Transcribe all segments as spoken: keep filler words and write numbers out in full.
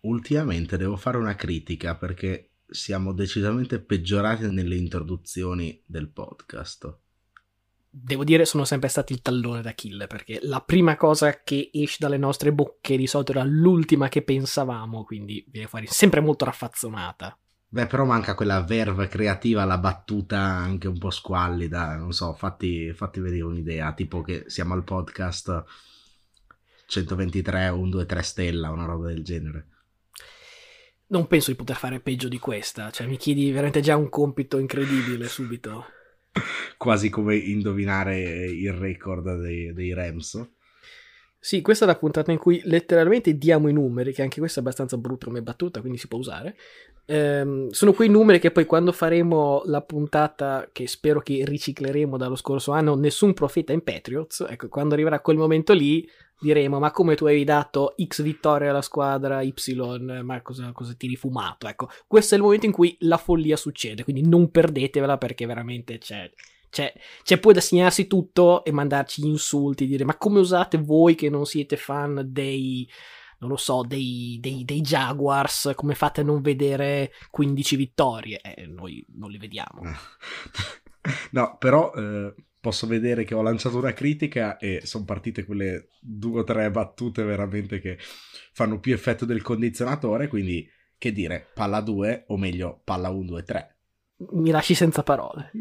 Ultimamente devo fare una critica perché siamo decisamente peggiorati nelle introduzioni del podcast. Devo dire, sono sempre stati il tallone d'Achille, perché la prima cosa che esce dalle nostre bocche di solito era l'ultima che pensavamo, quindi viene fuori sempre molto raffazzonata. Beh, però manca quella verve creativa, la battuta anche un po' squallida, non so, fatti, fatti vedere un'idea, tipo che siamo al podcast centoventitré o un due tre stella, una roba del genere. Non penso di poter fare peggio di questa, cioè mi chiedi veramente già un compito incredibile subito. Quasi come indovinare il record dei, dei Rams. Sì, questa è la puntata in cui letteralmente diamo i numeri, che anche questa è abbastanza brutta come battuta, quindi si può usare. Ehm, sono quei numeri che poi quando faremo la puntata, che spero che ricicleremo dallo scorso anno, nessun profeta in Patriots, ecco, quando arriverà quel momento lì diremo, ma come tu avevi dato X vittoria alla squadra Y, ma cosa, cosa ti rifumato? Ecco, questo è il momento in cui la follia succede, quindi non perdetevela perché veramente c'è... C'è, c'è poi da segnarsi tutto e mandarci gli insulti, dire ma come usate voi che non siete fan dei, non lo so, dei, dei, dei Jaguars, come fate a non vedere quindici vittorie? Eh, noi non li vediamo. No, però eh, posso vedere che ho lanciato una critica e sono partite quelle due o tre battute veramente che fanno più effetto del condizionatore, quindi che dire, palla due o meglio palla uno, due, tre. Mi lasci senza parole.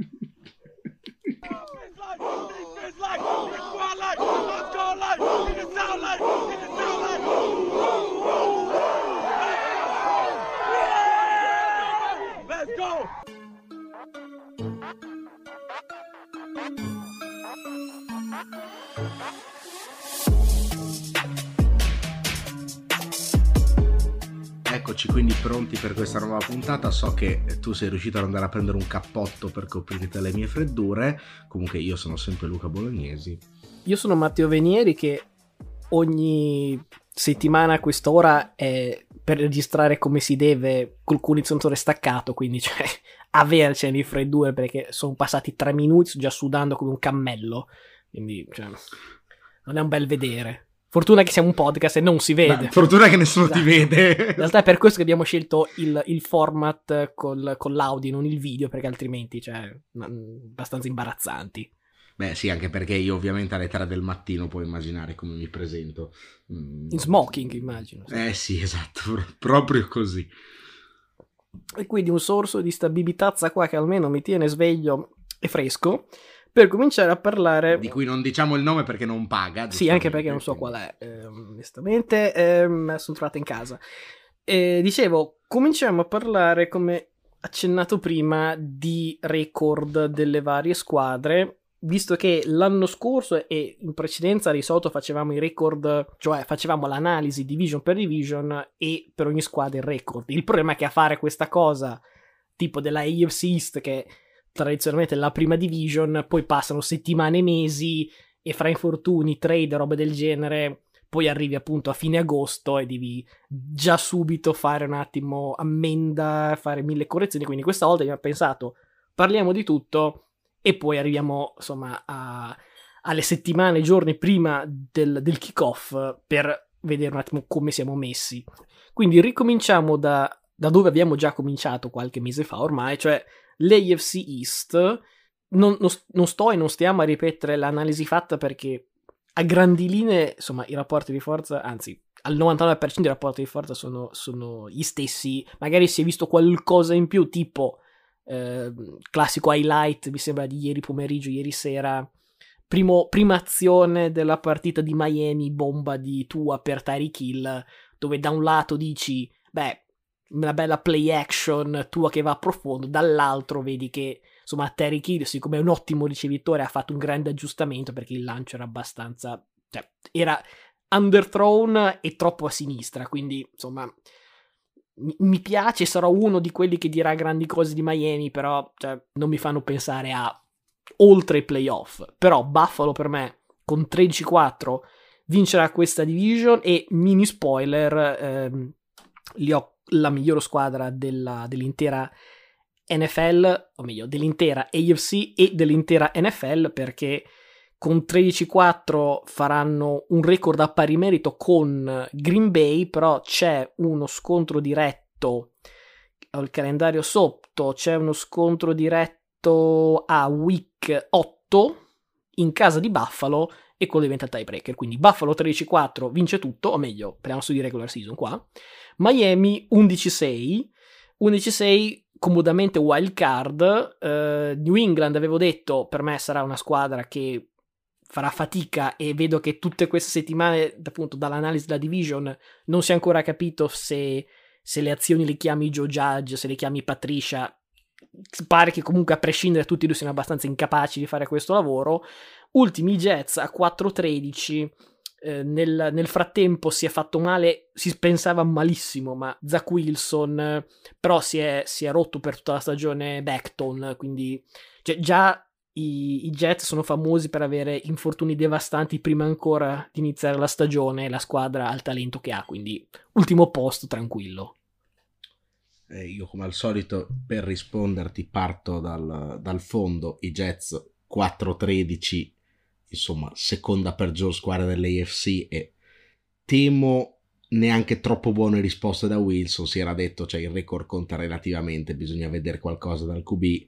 Eccoci quindi pronti per questa nuova puntata. So che tu sei riuscito ad andare a prendere un cappotto per coprirti le mie freddure. Comunque io sono sempre Luca Bolognesi. Io sono Matteo Venieri, che ogni settimana a quest'ora è per registrare come si deve col condizionatore staccato, quindi cioè avercene di freddure perché sono passati tre minuti, sto già sudando come un cammello, quindi cioè, non è un bel vedere. Fortuna che siamo un podcast e non si vede. No, fortuna che nessuno Esatto. ti vede. In realtà è per questo che abbiamo scelto il, il format col, con l'audio, non il video, perché altrimenti cioè abbastanza imbarazzanti. Beh sì, anche perché io ovviamente alle tre del mattino puoi immaginare come mi presento. In smoking, immagino. Sì. Eh sì, esatto, proprio così. E quindi un sorso di sta bibitazza qua che almeno mi tiene sveglio e fresco per cominciare a parlare... Di cui non diciamo il nome perché non paga. Sì, anche perché non so qual è, eh, onestamente, eh, me la sono trovata in casa. E dicevo, cominciamo a parlare, come accennato prima, di record delle varie squadre, visto che l'anno scorso e in precedenza di solito facevamo i record, cioè facevamo l'analisi division per division e per ogni squadra il record. Il problema è che a fare questa cosa tipo della A F C East, che tradizionalmente è la prima division, poi passano settimane e mesi e fra infortuni, trade, robe del genere, poi arrivi appunto a fine agosto e devi già subito fare un attimo ammenda, fare mille correzioni, quindi questa volta abbiamo pensato parliamo di tutto e poi arriviamo insomma a, alle settimane, giorni prima del, del kick-off per vedere un attimo come siamo messi. Quindi ricominciamo da, da dove abbiamo già cominciato qualche mese fa ormai, cioè l'A F C East. Non, non, non sto e non stiamo a ripetere l'analisi fatta perché a grandi linee, insomma, i rapporti di forza, anzi, al novantanove per cento i rapporti di forza sono, sono gli stessi. Magari si è visto qualcosa in più, tipo eh, classico highlight, mi sembra di ieri pomeriggio, ieri sera, primo, prima azione della partita di Miami, bomba di Tua per Tyreek Hill, dove da un lato dici, beh, una bella play action, Tua che va a profondo, dall'altro vedi che insomma Tyreek Hill, siccome è un ottimo ricevitore, ha fatto un grande aggiustamento perché il lancio era abbastanza, cioè era underthrown e troppo a sinistra, quindi insomma mi, mi piace, sarò uno di quelli che dirà grandi cose di Miami, però cioè, non mi fanno pensare a oltre i playoff. Però Buffalo per me con tredici quattro vincerà questa division e mini spoiler, ehm, li ho la migliore squadra della, dell'intera N F L, o meglio dell'intera A F C e dell'intera N F L, perché con tredici quattro faranno un record a pari merito con Green Bay, però c'è uno scontro diretto, ho il calendario sotto, c'è uno scontro diretto a week otto in casa di Buffalo e quello diventa il tiebreaker, quindi Buffalo tredici quattro vince tutto, o meglio, parliamo su di regular season qua, Miami undici sei, undici sei comodamente wild card, uh, New England avevo detto per me sarà una squadra che farà fatica e vedo che tutte queste settimane appunto dall'analisi della division non si è ancora capito se, se le azioni le chiami Joe Judge, se le chiami Patricia, pare che comunque a prescindere tutti e due siano abbastanza incapaci di fare questo lavoro. Ultimi Jets a quattro tredici, eh, nel, nel frattempo si è fatto male, si pensava malissimo, ma Zach Wilson eh, però si è, si è rotto per tutta la stagione Beckton, quindi cioè, già i, i Jets sono famosi per avere infortuni devastanti prima ancora di iniziare la stagione, la squadra ha il talento che ha, quindi ultimo posto tranquillo. Eh, io come al solito per risponderti parto dal, dal fondo, i Jets quattro tredici, insomma seconda peggior squadra dell'A F C e temo neanche troppo buone risposte da Wilson, si era detto cioè il record conta relativamente, bisogna vedere qualcosa dal Q B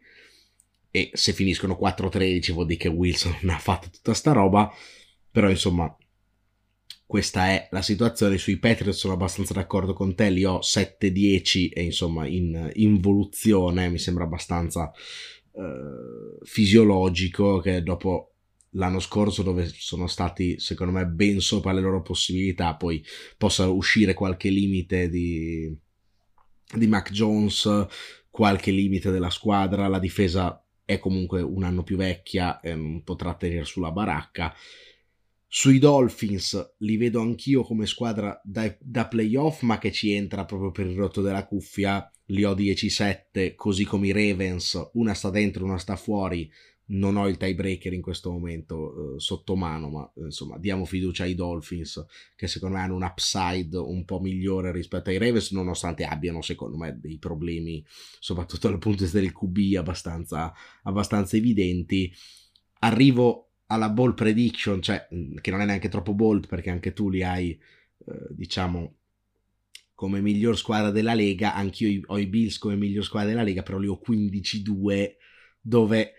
e se finiscono quattro tredici vuol dire che Wilson non ha fatto tutta sta roba, però insomma questa è la situazione. Sui Patriots sono abbastanza d'accordo con te, li ho sette dieci e insomma in involuzione, mi sembra abbastanza eh, fisiologico che dopo l'anno scorso dove sono stati secondo me ben sopra le loro possibilità poi possa uscire qualche limite di, di Mac Jones, qualche limite della squadra, la difesa è comunque un anno più vecchia e non potrà tenere sulla baracca. Sui Dolphins li vedo anch'io come squadra da, da playoff, ma che ci entra proprio per il rotto della cuffia. Li ho dieci sette, così come i Ravens, una sta dentro, una sta fuori. Non ho il tiebreaker in questo momento eh, sotto mano, ma insomma diamo fiducia ai Dolphins, che secondo me hanno un upside un po' migliore rispetto ai Ravens, nonostante abbiano secondo me dei problemi, soprattutto dal punto di vista del Q B, abbastanza, abbastanza evidenti. Arrivo alla ball prediction, cioè che non è neanche troppo bold perché anche tu li hai eh, diciamo come miglior squadra della Lega, anch'io ho i Bills come miglior squadra della Lega, però li ho quindici due, dove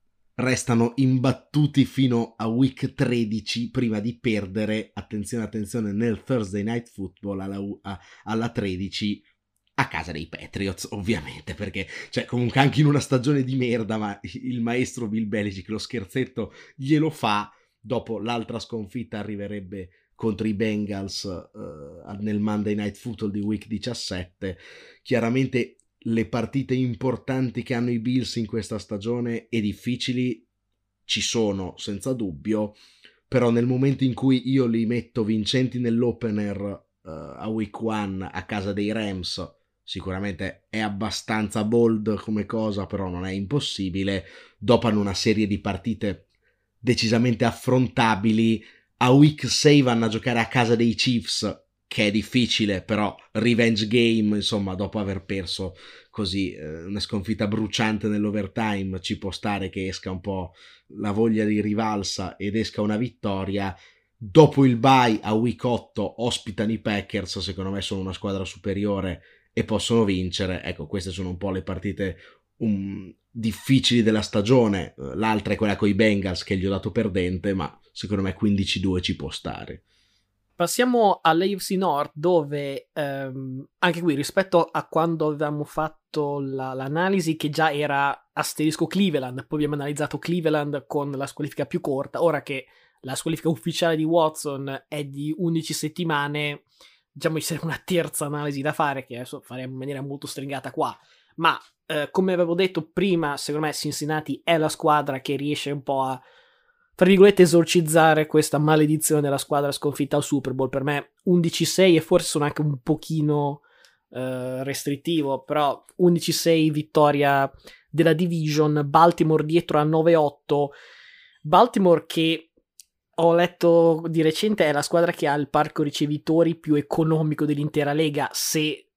restano imbattuti fino a week tredici prima di perdere, attenzione attenzione, nel Thursday Night Football alla, a, alla tredici a casa dei Patriots, ovviamente, perché cioè comunque anche in una stagione di merda, ma il maestro Bill Belichick lo scherzetto glielo fa. Dopo l'altra sconfitta arriverebbe contro i Bengals uh, nel Monday Night Football di week diciassette. Chiaramente le partite importanti che hanno i Bills in questa stagione e difficili ci sono senza dubbio, però nel momento in cui io li metto vincenti nell'opener uh, a week one a casa dei Rams, sicuramente è abbastanza bold come cosa, però non è impossibile. Dopo hanno una serie di partite decisamente affrontabili, a week sei vanno a giocare a casa dei Chiefs, che è difficile, però revenge game, insomma, dopo aver perso così eh, una sconfitta bruciante nell'overtime, ci può stare che esca un po' la voglia di rivalsa ed esca una vittoria. Dopo il bye a week otto ospitano i Packers, secondo me sono una squadra superiore e possono vincere. Ecco, queste sono un po' le partite um, difficili della stagione. L'altra è quella con i Bengals che gli ho dato perdente, ma secondo me quindici due ci può stare. Passiamo all'A F C North, dove ehm, anche qui rispetto a quando avevamo fatto la, l'analisi che già era asterisco Cleveland, poi abbiamo analizzato Cleveland con la squalifica più corta, ora che la squalifica ufficiale di Watson è di undici settimane, diciamo ci sarebbe una terza analisi da fare che adesso faremo in maniera molto stringata qua, ma eh, come avevo detto prima, secondo me Cincinnati è la squadra che riesce un po' a, tra virgolette, esorcizzare questa maledizione della squadra sconfitta al Super Bowl. Per me undici sei e forse sono anche un pochino eh, restrittivo, però undici sei vittoria della division, Baltimore dietro a nove otto, Baltimore che ho letto di recente è la squadra che ha il parco ricevitori più economico dell'intera lega, se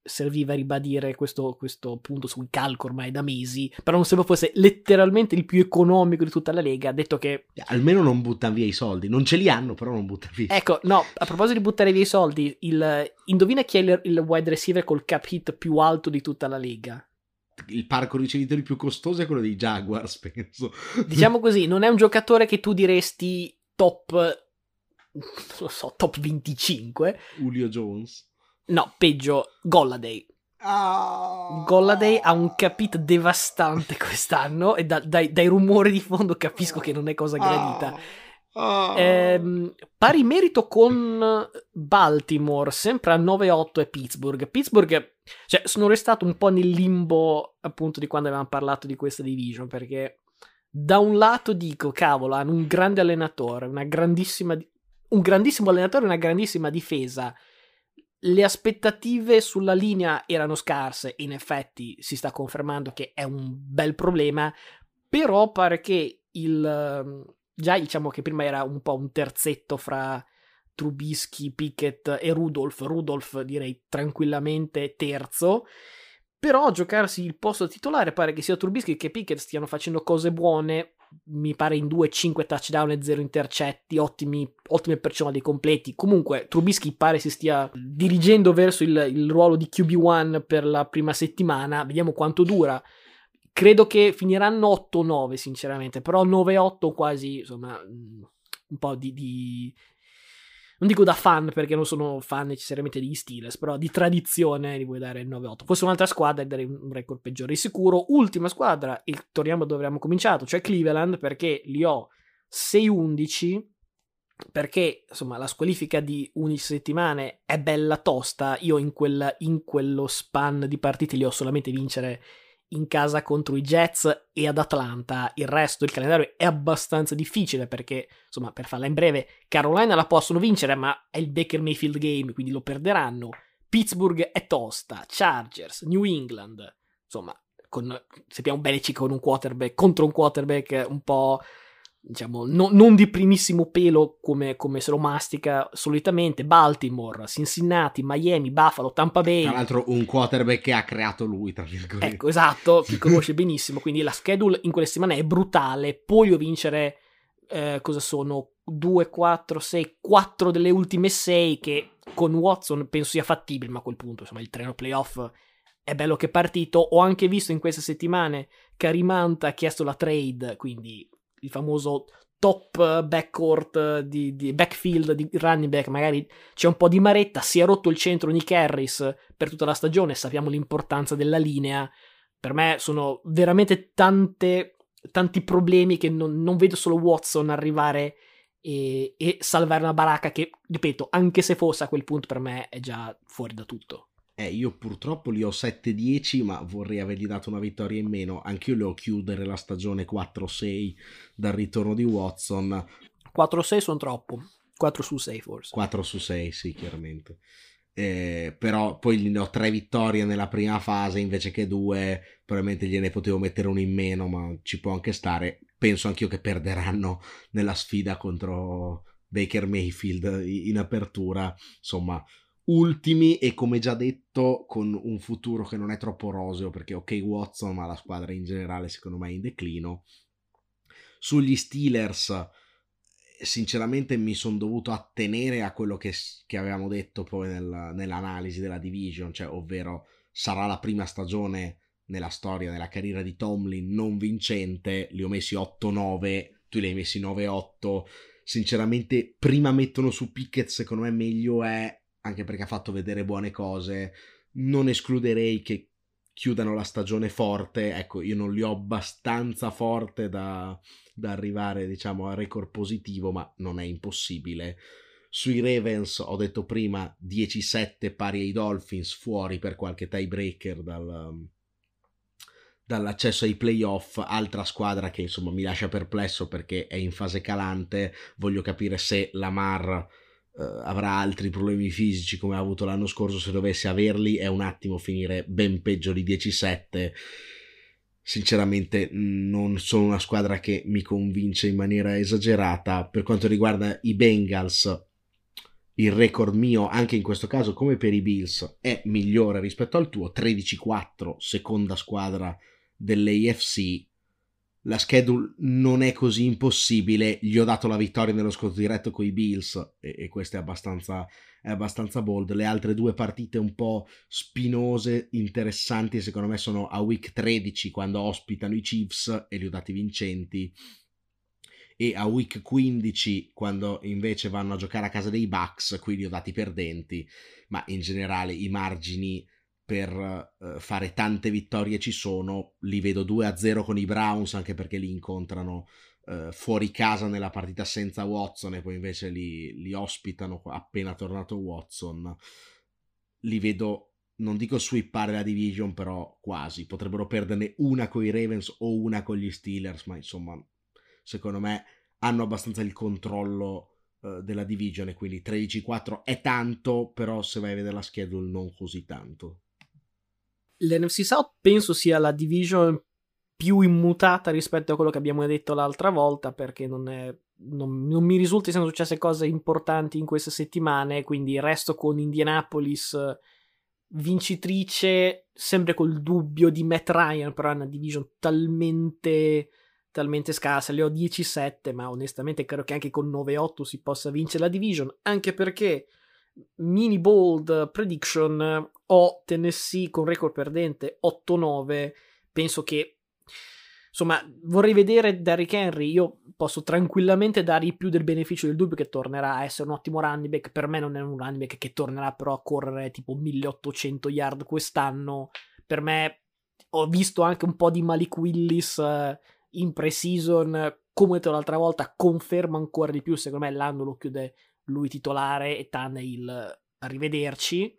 serviva a ribadire questo, questo punto sui calcoli ormai da mesi, però non sembra fosse letteralmente il più economico di tutta la Lega, detto che... Almeno non buttano via i soldi, non ce li hanno, però non buttano via. Ecco, no, a proposito di buttare via i soldi, il, indovina chi è il, il wide receiver col cap hit più alto di tutta la Lega? Il parco ricevitori più costoso è quello dei Jaguars, penso. Diciamo così, non è un giocatore che tu diresti top, non lo so, top venticinque. Julio Jones. No, peggio, Golladay. Ah. Golladay ha un capit devastante quest'anno e da, dai, dai rumori di fondo capisco che non è cosa gradita. Ah. Eh, pari merito con Baltimore, sempre a nove otto, e Pittsburgh. Pittsburgh, cioè, sono restato un po' nel limbo appunto di quando avevamo parlato di questa division, perché da un lato dico, cavolo, hanno un grande allenatore, una grandissima, un grandissimo allenatore e una grandissima difesa. Le aspettative sulla linea erano scarse, in effetti si sta confermando che è un bel problema, però pare che il... già diciamo che prima era un po' un terzetto fra Trubisky, Pickett e Rudolph, Rudolph direi tranquillamente terzo, però giocarsi il posto titolare pare che sia Trubisky che Pickett stiano facendo cose buone, mi pare in due, cinque touchdown e zero intercetti, ottimi, ottime percentuali completi. Comunque Trubisky pare si stia dirigendo verso il, il ruolo di Q B uno per la prima settimana, vediamo quanto dura. Credo che finiranno otto nove sinceramente, però nove otto quasi, insomma, un po' di, di... non dico da fan perché non sono fan necessariamente degli Steelers, però di tradizione gli vuoi dare il nove otto. Fosse un'altra squadra e darei un record peggiore di sicuro. Ultima squadra, e torniamo dove abbiamo cominciato, cioè Cleveland, perché li ho sei undici, perché insomma la squalifica di undici settimane è bella tosta. Io in, quel, in quello span di partite li ho solamente vincere in casa contro i Jets e ad Atlanta. Il resto, il calendario è abbastanza difficile perché, insomma, per farla in breve, Carolina la possono vincere, ma è il Baker Mayfield game, quindi lo perderanno. Pittsburgh è tosta, Chargers, New England, insomma, con, sappiamo bene con un quarterback, contro un quarterback un po', diciamo, no, non di primissimo pelo come, come se lo mastica solitamente. Baltimore, Cincinnati, Miami, Buffalo, Tampa Bay. Tra l'altro un quarterback che ha creato lui, tra virgolette. Ecco, esatto, chi conosce benissimo, quindi la schedule in quelle settimane è brutale. Poi io vincere, eh, cosa sono, due, quattro, sei, quattro delle ultime sei, che con Watson penso sia fattibile, ma a quel punto, insomma, il treno playoff è bello che è partito. Ho anche visto in queste settimane Kareem Hunt ha chiesto la trade, quindi il famoso top backcourt di, di backfield di running back, magari c'è un po' di maretta, si è rotto il centro Nick Harris per tutta la stagione, sappiamo l'importanza della linea. Per me sono veramente tante, tanti problemi che non, non vedo solo Watson arrivare e, e salvare una baracca che, ripeto, anche se fosse a quel punto per me è già fuori da tutto. Eh, io purtroppo li ho sette dieci, ma vorrei avergli dato una vittoria in meno. Anch'io li ho chiudere la stagione quattro sei dal ritorno di Watson. quattro sei sono troppo. quattro su sei forse. quattro su sei, sì, chiaramente. Eh, però poi ne ho tre vittorie nella prima fase invece che due. Probabilmente gliene potevo mettere uno in meno, ma ci può anche stare. Penso anch'io che perderanno nella sfida contro Baker Mayfield in apertura. Insomma, ultimi e come già detto con un futuro che non è troppo roseo, perché ok Watson, ma la squadra in generale secondo me è in declino. Sugli Steelers sinceramente mi sono dovuto attenere a quello che, che avevamo detto poi nel, nell'analisi della division, cioè ovvero sarà la prima stagione nella storia, nella carriera di Tomlin non vincente. Li ho messi otto nove, tu li hai messi nove otto. Sinceramente prima mettono su Pickett, secondo me meglio è, anche perché ha fatto vedere buone cose. Non escluderei che chiudano la stagione forte. Ecco, io non li ho abbastanza forte da, da arrivare, diciamo, a record positivo, ma non è impossibile. Sui Ravens ho detto prima dieci sette pari ai Dolphins, fuori per qualche tiebreaker dal, dall'accesso ai playoff. Altra squadra che insomma mi lascia perplesso perché è in fase calante. Voglio capire se Lamar Uh, avrà altri problemi fisici come ha avuto l'anno scorso. Se dovesse averli è un attimo finire ben peggio di dieci sette. Sinceramente non sono una squadra che mi convince in maniera esagerata. Per quanto riguarda i Bengals, il record mio anche in questo caso come per i Bills è migliore rispetto al tuo, tredici quattro, seconda squadra dell'A F C. La schedule non è così impossibile, gli ho dato la vittoria nello scontro diretto con i Bills e, e questo è abbastanza, è abbastanza bold. Le altre due partite un po' spinose, interessanti, secondo me sono a week tredici quando ospitano i Chiefs e li ho dati vincenti, e a week quindici quando invece vanno a giocare a casa dei Bucks, qui li ho dati perdenti, ma in generale i margini per uh, fare tante vittorie ci sono. Li vedo due a zero con i Browns, anche perché li incontrano uh, fuori casa nella partita senza Watson e poi invece li, li ospitano appena tornato Watson. Li vedo, non dico sweepare la division, però quasi. Potrebbero perderne una con i Ravens o una con gli Steelers, ma insomma secondo me hanno abbastanza il controllo uh, della division, e quindi tredici quattro è tanto, però se vai a vedere la schedule non così tanto. L'N F C South penso sia la division più immutata rispetto a quello che abbiamo detto l'altra volta, perché non, è, non, non mi risulta siano successe cose importanti in queste settimane, quindi resto con Indianapolis vincitrice, sempre col dubbio di Matt Ryan, però è una division talmente talmente scarsa. Le ho dieci sette, ma onestamente credo che anche con nove otto si possa vincere la division, anche perché mini bold prediction ho Tennessee con record perdente otto nove. Penso che, insomma, vorrei vedere Derrick Henry. Io posso tranquillamente dargli più del beneficio del dubbio che tornerà a essere un ottimo running back. Per me non è un running back che tornerà però a correre tipo milleottocento yard quest'anno. Per me, ho visto anche un po' di Malik Willis eh, in pre-season, come detto l'altra volta, conferma ancora di più. Secondo me l'anno lo chiude lui titolare e Tannehill arrivederci.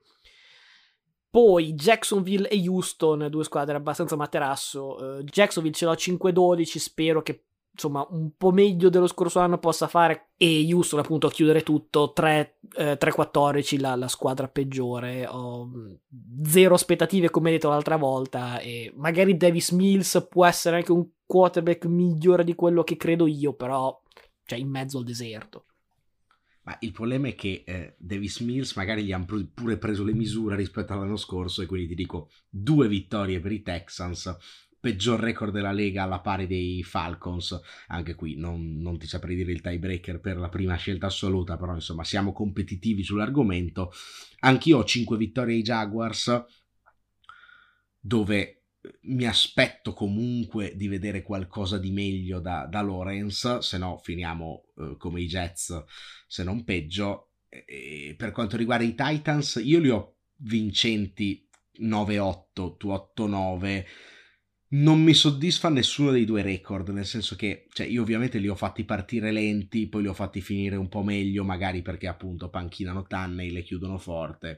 Poi Jacksonville e Houston, due squadre abbastanza materasso. uh, Jacksonville ce l'ho cinque dodici, spero che insomma un po' meglio dello scorso anno possa fare, e Houston appunto a chiudere tutto tre quattordici, la, la squadra peggiore. Ho zero aspettative come detto l'altra volta, e magari Davis Mills può essere anche un quarterback migliore di quello che credo io, però cioè in mezzo al deserto. Ma il problema è che eh, Davis Mills magari gli hanno pure preso le misure rispetto all'anno scorso, e quindi ti dico due vittorie per i Texans, peggior record della Lega alla pari dei Falcons. Anche qui non, non ti saprei dire il tiebreaker per la prima scelta assoluta, però insomma siamo competitivi sull'argomento. Anch'io ho cinque vittorie ai Jaguars, dove mi aspetto comunque di vedere qualcosa di meglio da, da Lawrence, se no finiamo eh, come i Jets, se non peggio. E per quanto riguarda i Titans, io li ho vincenti nove otto, tu otto nove. Non mi soddisfa nessuno dei due record, nel senso che cioè, io ovviamente li ho fatti partire lenti, poi li ho fatti finire un po' meglio, magari perché appunto panchinano Tannehill e le chiudono forte.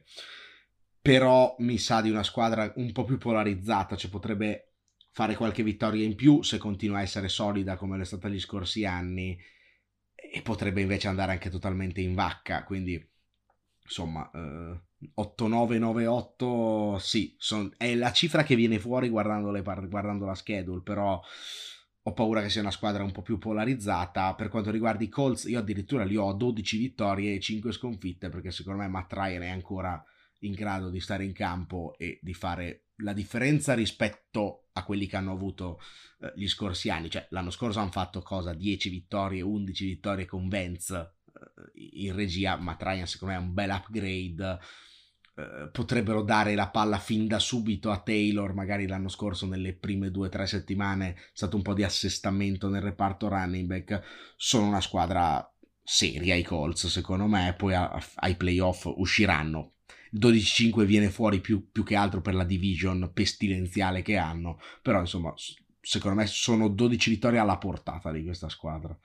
Però mi sa di una squadra un po' più polarizzata, cioè potrebbe fare qualche vittoria in più se continua a essere solida come è stata gli scorsi anni, e potrebbe invece andare anche totalmente in vacca, quindi insomma eh, otto nove nove otto sì, son, è la cifra che viene fuori guardando, le par- guardando la schedule, però ho paura che sia una squadra un po' più polarizzata. Per quanto riguarda i Colts, io addirittura li ho dodici vittorie e cinque sconfitte, perché secondo me Matt Ryan è ancora in grado di stare in campo e di fare la differenza rispetto a quelli che hanno avuto eh, gli scorsi anni. Cioè l'anno scorso hanno fatto cosa? dieci vittorie, undici vittorie con Vance eh, in regia. Matt Ryan secondo me è un bel upgrade. Eh, potrebbero dare la palla fin da subito a Taylor. Magari l'anno scorso nelle prime due o tre settimane è stato un po' di assestamento nel reparto running back. Sono una squadra seria i Colts secondo me, poi a, a, ai playoff usciranno. Il dodici cinque viene fuori più, più che altro per la division pestilenziale che hanno, però insomma secondo me sono dodici vittorie alla portata di questa squadra.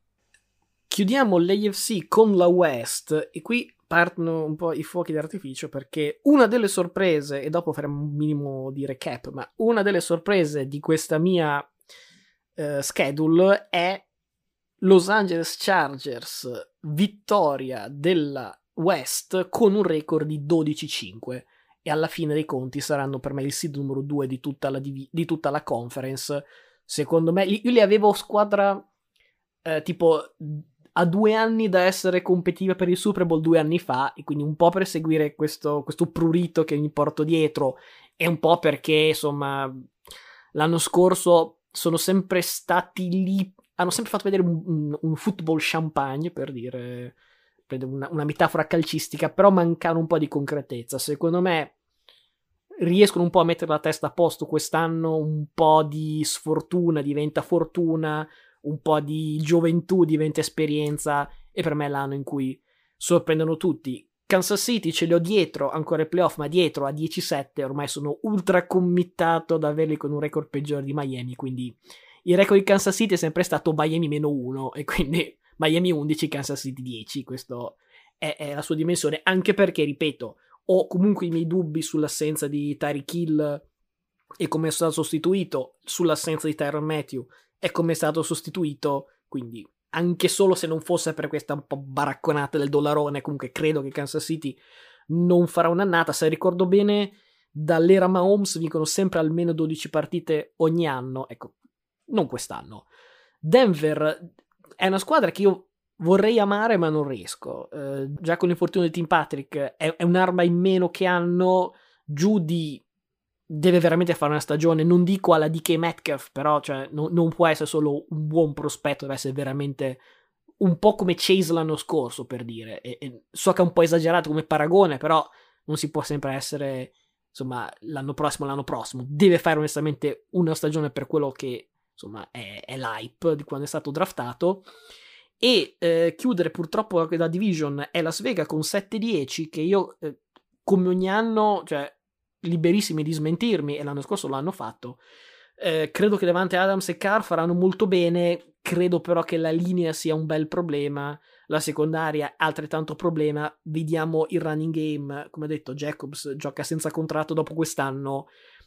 Chiudiamo l'A F C con la West, e qui partono un po' i fuochi d'artificio, perché una delle sorprese, e dopo faremo un minimo di recap, ma una delle sorprese di questa mia eh, schedule è Los Angeles Chargers, vittoria della West con un record di dodici cinque, e alla fine dei conti saranno per me il seed numero due di tutta la, div- di tutta la conference. Secondo me io li avevo squadra eh, tipo a due anni da essere competitiva per il Super Bowl due anni fa, e quindi un po' per seguire questo, questo prurito che mi porto dietro, e un po' perché, insomma, l'anno scorso sono sempre stati lì, hanno sempre fatto vedere un, un, un football champagne, per dire, per una, una metafora calcistica, però mancano un po' di concretezza. Secondo me riescono un po' a mettere la testa a posto quest'anno, un po' di sfortuna diventa fortuna, un po' di gioventù diventa esperienza, e per me è l'anno in cui sorprendono tutti. Kansas City ce li ho dietro, ancora i playoff, ma dietro a dieci sette, ormai sono ultra committato ad averli con un record peggiore di Miami, quindi il record di Kansas City è sempre stato Miami meno uno, e quindi Miami undici, Kansas City dieci, questo è, è la sua dimensione, anche perché, ripeto, ho comunque i miei dubbi sull'assenza di Tyreek Hill e come è stato sostituito, sull'assenza di Tyrann Mathieu e come è stato sostituito, quindi anche solo se non fosse per questa un po' baracconata del dollarone, comunque credo che Kansas City non farà un'annata. Se ricordo bene, dall'era Mahomes vincono sempre almeno dodici partite ogni anno, ecco, non quest'anno. Denver è una squadra che io vorrei amare ma non riesco, uh, già con l'infortunio di Tim Patrick è, è un'arma in meno che hanno. Judy deve veramente fare una stagione, non dico alla D K Metcalf, però cioè, no, non può essere solo un buon prospetto, deve essere veramente un po' come Chase l'anno scorso, per dire, e, e so che è un po' esagerato come paragone, però non si può sempre essere, insomma, l'anno prossimo l'anno prossimo, deve fare onestamente una stagione per quello che, insomma, è, è l'hype di quando è stato draftato. E eh, chiudere purtroppo la division è Las Vegas con sette dieci, che io eh, come ogni anno, cioè liberissimi di smentirmi, e l'anno scorso l'hanno fatto, eh, credo che Davante Adams e Carr faranno molto bene, credo però che la linea sia un bel problema, la secondaria altrettanto problema, vediamo il running game, come detto Jacobs gioca senza contratto dopo quest'anno,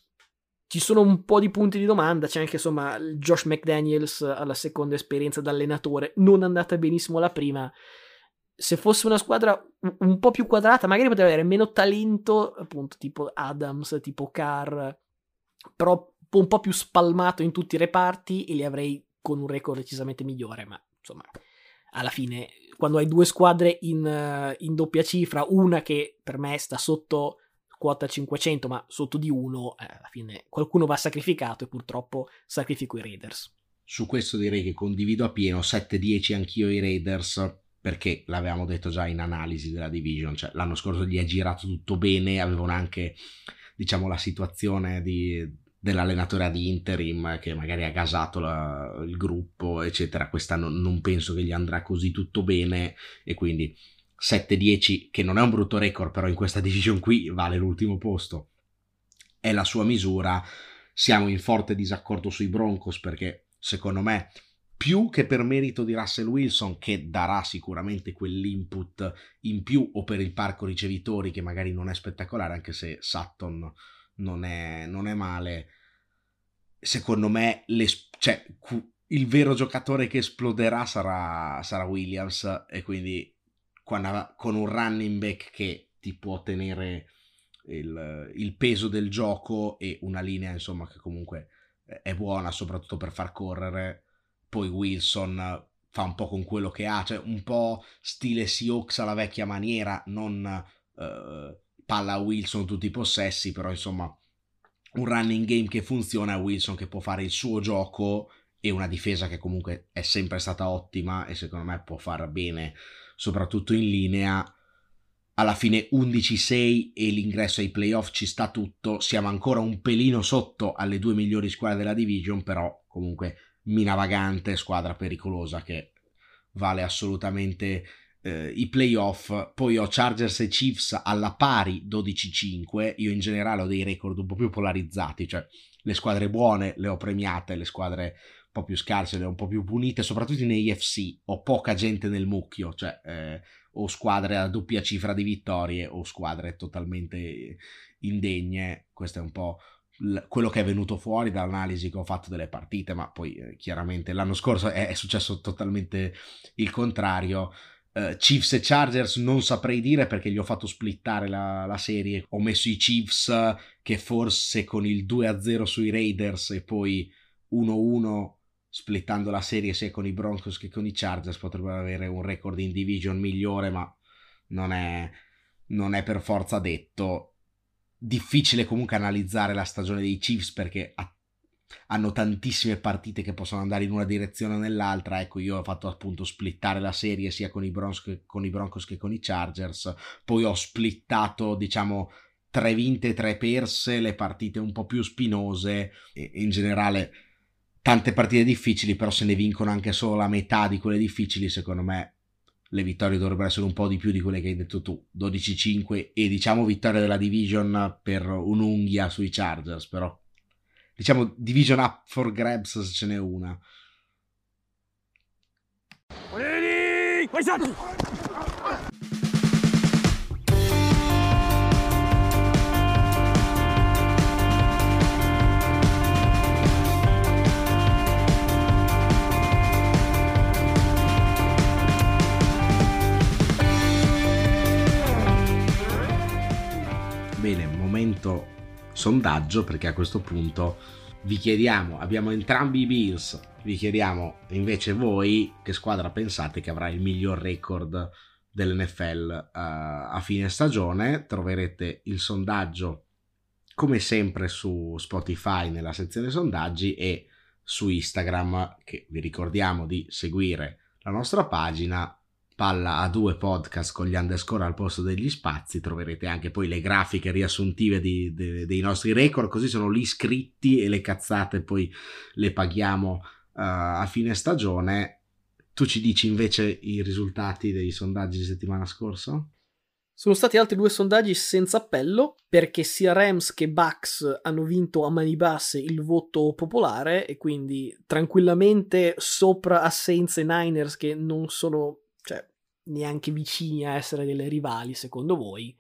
ci sono un po' di punti di domanda, c'è anche insomma Josh McDaniels alla seconda esperienza da allenatore, non è andata benissimo la prima. Se fosse una squadra un po' più quadrata magari potrebbe avere meno talento, appunto tipo Adams, tipo Carr, però un po' più spalmato in tutti i reparti, e li avrei con un record decisamente migliore. Ma insomma, alla fine quando hai due squadre in, in doppia cifra, una che per me sta sotto quota cinquecento ma sotto di uno, eh, alla fine qualcuno va sacrificato, e purtroppo sacrifico i Raiders. Su questo direi che condivido appieno, sette dieci anch'io i Raiders, perché l'avevamo detto già in analisi della division, cioè l'anno scorso gli è girato tutto bene, avevano anche, diciamo, la situazione di, dell'allenatore ad interim che magari ha gasato la, il gruppo, eccetera. Quest'anno non penso che gli andrà così tutto bene, e quindi sette dieci, che non è un brutto record, però in questa division qui vale l'ultimo posto, è la sua misura. Siamo in forte disaccordo sui Broncos, perché secondo me, più che per merito di Russell Wilson, che darà sicuramente quell'input in più, o per il parco ricevitori che magari non è spettacolare, anche se Sutton non è, non è male, secondo me le, cioè, il vero giocatore che esploderà sarà, sarà Williams, e quindi quando, con un running back che ti può tenere il, il peso del gioco, e una linea insomma che comunque è buona soprattutto per far correre. Poi Wilson fa un po' con quello che ha, cioè un po' stile Seahawks alla vecchia maniera, non eh, palla a Wilson tutti i possessi, però insomma un running game che funziona, Wilson che può fare il suo gioco, e una difesa che comunque è sempre stata ottima e secondo me può far bene soprattutto in linea. Alla fine undici sei e l'ingresso ai playoff ci sta tutto, siamo ancora un pelino sotto alle due migliori squadre della division, però comunque mina vagante, squadra pericolosa che vale assolutamente eh, i playoff. Poi ho Chargers e Chiefs alla pari dodici cinque, io in generale ho dei record un po' più polarizzati, cioè le squadre buone le ho premiate, le squadre un po' più scarse le ho un po' più punite, soprattutto in A F C ho poca gente nel mucchio, cioè eh, o squadre a doppia cifra di vittorie o squadre totalmente indegne. Questo è un po' quello che è venuto fuori dall'analisi che ho fatto delle partite, ma poi eh, chiaramente l'anno scorso è, è successo totalmente il contrario. Uh, Chiefs e Chargers non saprei dire, perché gli ho fatto splittare la, la serie, ho messo i Chiefs che forse con il due a zero sui Raiders e poi uno uno splittando la serie sia con i Broncos che con i Chargers potrebbero avere un record in division migliore, ma non è, non è per forza detto. Difficile comunque analizzare la stagione dei Chiefs perché ha, hanno tantissime partite che possono andare in una direzione o nell'altra. Ecco, io ho fatto appunto splittare la serie sia con i Broncos che con i, Broncos che con i Chargers, poi ho splittato, diciamo, tre vinte, tre perse, le partite un po' più spinose, e in generale tante partite difficili, però se ne vincono anche solo la metà di quelle difficili, secondo me le vittorie dovrebbero essere un po' di più di quelle che hai detto tu, dodici cinque, e diciamo vittoria della division per un'unghia sui Chargers, però diciamo division up for grabs se ce n'è una. Bene, momento sondaggio, perché a questo punto vi chiediamo, abbiamo entrambi i Bills, vi chiediamo invece voi che squadra pensate che avrà il miglior record dell'N F L uh, a fine stagione. Troverete il sondaggio come sempre su Spotify nella sezione sondaggi e su Instagram, che vi ricordiamo di seguire la nostra pagina Palla a due podcast con gli underscore al posto degli spazi. Troverete anche poi le grafiche riassuntive di, de, dei nostri record, così sono lì scritti e le cazzate poi le paghiamo uh, a fine stagione. Tu ci dici invece i risultati dei sondaggi di settimana scorsa? Sono stati altri due sondaggi senza appello, perché sia Rams che Bucks hanno vinto a mani basse il voto popolare e quindi tranquillamente sopra a Saints e Niners, che non sono, cioè, neanche vicini a essere delle rivali secondo voi.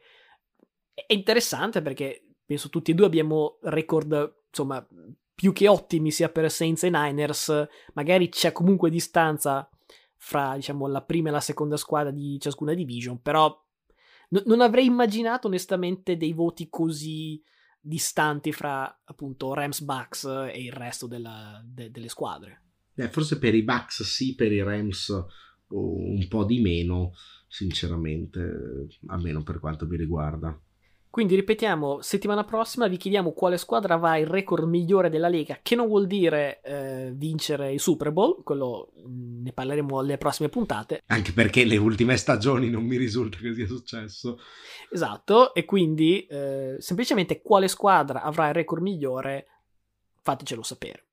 È interessante perché penso tutti e due abbiamo record, insomma, più che ottimi sia per Saints e Niners. Magari c'è comunque distanza fra, diciamo, la prima e la seconda squadra di ciascuna division, però n- non avrei immaginato onestamente dei voti così distanti fra appunto Rams, Bucks e il resto della, de- delle squadre. Eh, forse per i Bucks sì, per i Rams un po' di meno, sinceramente, almeno per quanto mi riguarda. Quindi ripetiamo, settimana prossima vi chiediamo quale squadra avrà il record migliore della Lega, che non vuol dire eh, vincere il Super Bowl, quello ne parleremo alle prossime puntate. Anche perché le ultime stagioni non mi risulta che sia successo. Esatto, e quindi eh, semplicemente quale squadra avrà il record migliore, fatecelo sapere.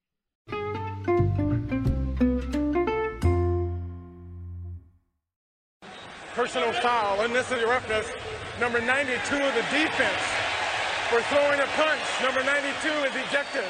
Personal foul, unnecessary roughness, number ninety-two of the defense for throwing a punch. Number ninety-two is ejected.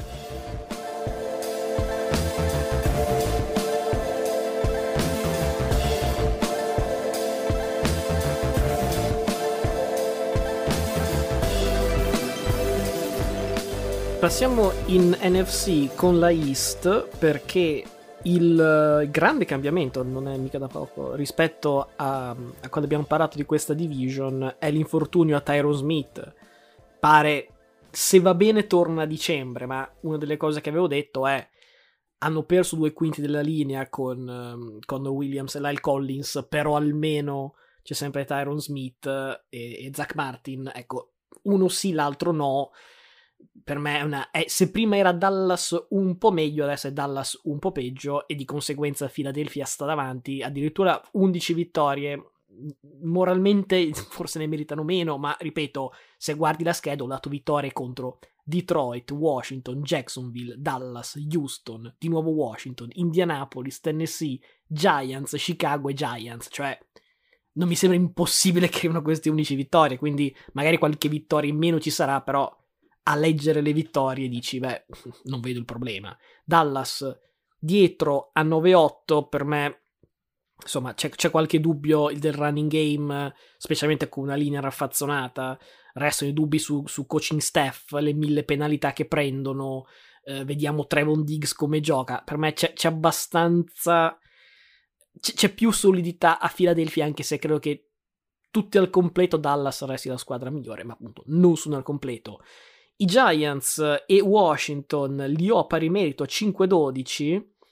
Passiamo in N F C con la East, perché il grande cambiamento, non è mica da poco, rispetto a, a quando abbiamo parlato di questa division, è l'infortunio a Tyron Smith. Pare, se va bene, torna a dicembre, ma una delle cose che avevo detto è: hanno perso due quinti della linea con um, Connor Williams e Lyle Collins, però almeno c'è sempre Tyron Smith e, e Zach Martin. Ecco, uno sì, l'altro no. Per me è una, è, se prima era Dallas un po' meglio, adesso è Dallas un po' peggio, e di conseguenza Philadelphia sta davanti, addirittura undici vittorie. Moralmente forse ne meritano meno, ma ripeto, se guardi la schedule, dato vittorie contro Detroit, Washington, Jacksonville, Dallas, Houston, di nuovo Washington, Indianapolis, Tennessee, Giants, Chicago e Giants, cioè non mi sembra impossibile che arrivino queste undici vittorie, quindi magari qualche vittoria in meno ci sarà, però a leggere le vittorie dici, beh, non vedo il problema. Dallas dietro a nove otto, per me, insomma, c'è, c'è qualche dubbio del running game, specialmente con una linea raffazzonata. Restano i dubbi su, su coaching staff, le mille penalità che prendono, eh, vediamo Trevon Diggs come gioca. Per me c'è, c'è abbastanza, c'è, c'è più solidità a Philadelphia, anche se credo che tutti al completo Dallas resti la squadra migliore, ma appunto non sono al completo. I Giants e Washington li ho a pari merito a cinque dodici,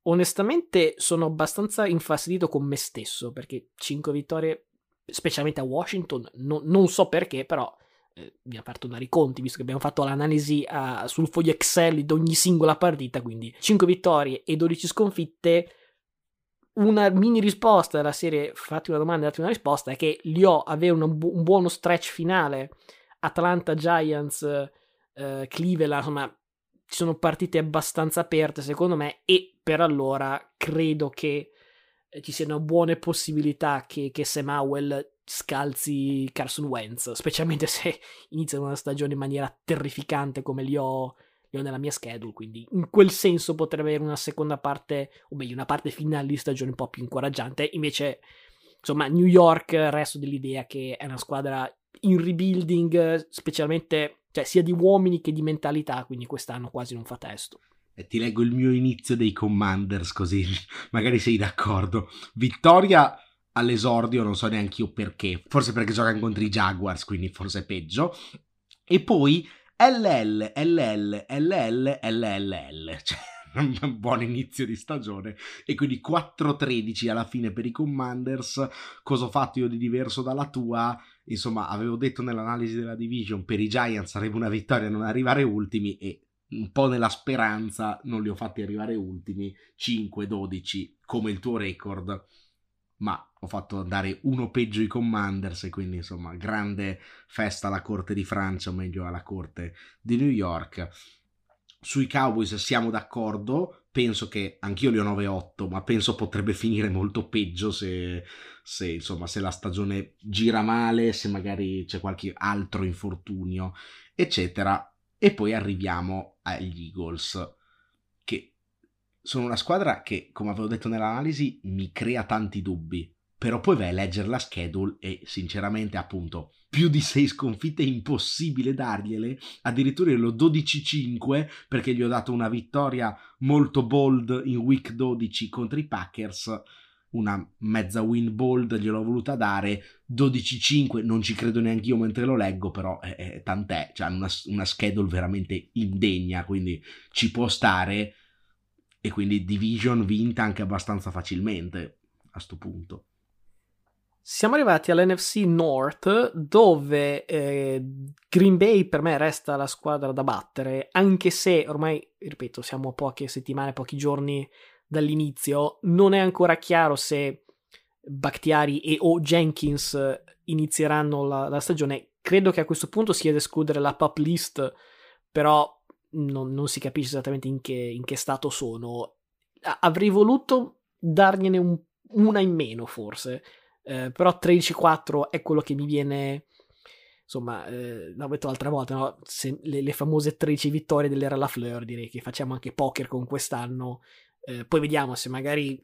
onestamente sono abbastanza infastidito con me stesso, perché cinque vittorie, specialmente a Washington, no, non so perché, però eh, abbiamo fatto dare i conti, visto che abbiamo fatto l'analisi a, sul foglio Excel di ogni singola partita, quindi cinque vittorie e dodici sconfitte. Una mini risposta della serie fatti una domanda e date una risposta è che li ho avere bu- un buono stretch finale, Atlanta Giants, eh, Cleveland, insomma ci sono partite abbastanza aperte secondo me, e per allora credo che eh, ci siano buone possibilità che, che Sam Howell scalzi Carson Wentz, specialmente se iniziano una stagione in maniera terrificante come li ho io nella mia schedule, quindi in quel senso potrebbe avere una seconda parte, o meglio una parte finale di stagione un po' più incoraggiante. Invece insomma New York resto dell'idea che è una squadra in rebuilding, specialmente cioè sia di uomini che di mentalità, quindi quest'anno quasi non fa testo. E ti leggo il mio inizio dei Commanders, così magari sei d'accordo. Vittoria all'esordio, non so neanche io perché, forse perché giocano contro i Jaguars, quindi forse è peggio, e poi L L, L L, L L, L L L, cioè un buon inizio di stagione, e quindi quattro tredici alla fine per i Commanders. Cosa ho fatto io di diverso dalla tua? Insomma, avevo detto nell'analisi della division per i Giants sarebbe una vittoria non arrivare ultimi, e un po' nella speranza non li ho fatti arrivare ultimi, cinque dodici come il tuo record, ma ho fatto andare uno peggio i Commanders, e quindi insomma grande festa alla corte di Francia, o meglio alla corte di New York. Sui Cowboys siamo d'accordo, penso che anch'io li ho nove otto, ma penso potrebbe finire molto peggio se, se insomma se la stagione gira male, se magari c'è qualche altro infortunio eccetera. E poi arriviamo agli Eagles, che sono una squadra che, come avevo detto nell'analisi, mi crea tanti dubbi, però poi vai a leggere la schedule e sinceramente appunto più di sei sconfitte è impossibile dargliele. Addirittura io l'ho dodici cinque perché gli ho dato una vittoria molto bold in week dodici contro i Packers, una mezza win bold gliel'ho voluta dare. Dodici cinque non ci credo neanche io mentre lo leggo, però eh, eh, tant'è, cioè una, una schedule veramente indegna, quindi ci può stare, e quindi division vinta anche abbastanza facilmente a sto punto. Siamo arrivati all'N F C North, dove eh, Green Bay per me resta la squadra da battere, anche se ormai, ripeto, siamo a poche settimane, pochi giorni dall'inizio. Non è ancora chiaro se Bakhtiari e o Jenkins inizieranno la, la stagione. Credo che a questo punto sia da escludere la pup list, però non, non si capisce esattamente in che, in che stato sono. Avrei voluto dargliene un, una in meno forse, eh, però tredici quattro è quello che mi viene, insomma, eh, l'ho detto l'altra volta, no? Se, le, le famose tredici vittorie dell'era Lafleur, direi che facciamo anche poker con quest'anno. Eh, poi vediamo se magari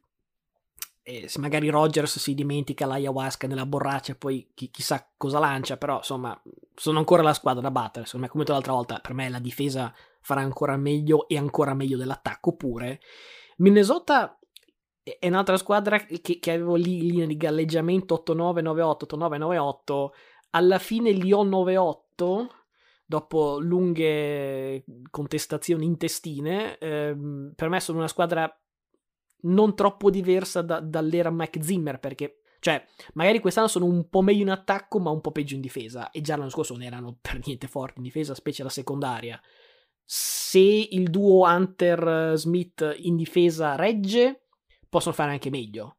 eh, se magari Rodgers si dimentica l'ayahuasca nella borraccia, poi chi, chissà cosa lancia, però insomma sono ancora la squadra da battere. Secondo me, come detto l'altra volta, per me la difesa farà ancora meglio, e ancora meglio dell'attacco pure. Minnesota è un'altra squadra che, che avevo lì in linea di galleggiamento otto nove nove otto otto nove nove otto, alla fine li ho nove otto dopo lunghe contestazioni intestine. Eh, per me sono una squadra non troppo diversa da, dall'era Mike Zimmer, perché cioè magari quest'anno sono un po' meglio in attacco ma un po' peggio in difesa, e già l'anno scorso non erano per niente forti in difesa, specie la secondaria. Se il duo Hunter Smith in difesa regge, possono fare anche meglio,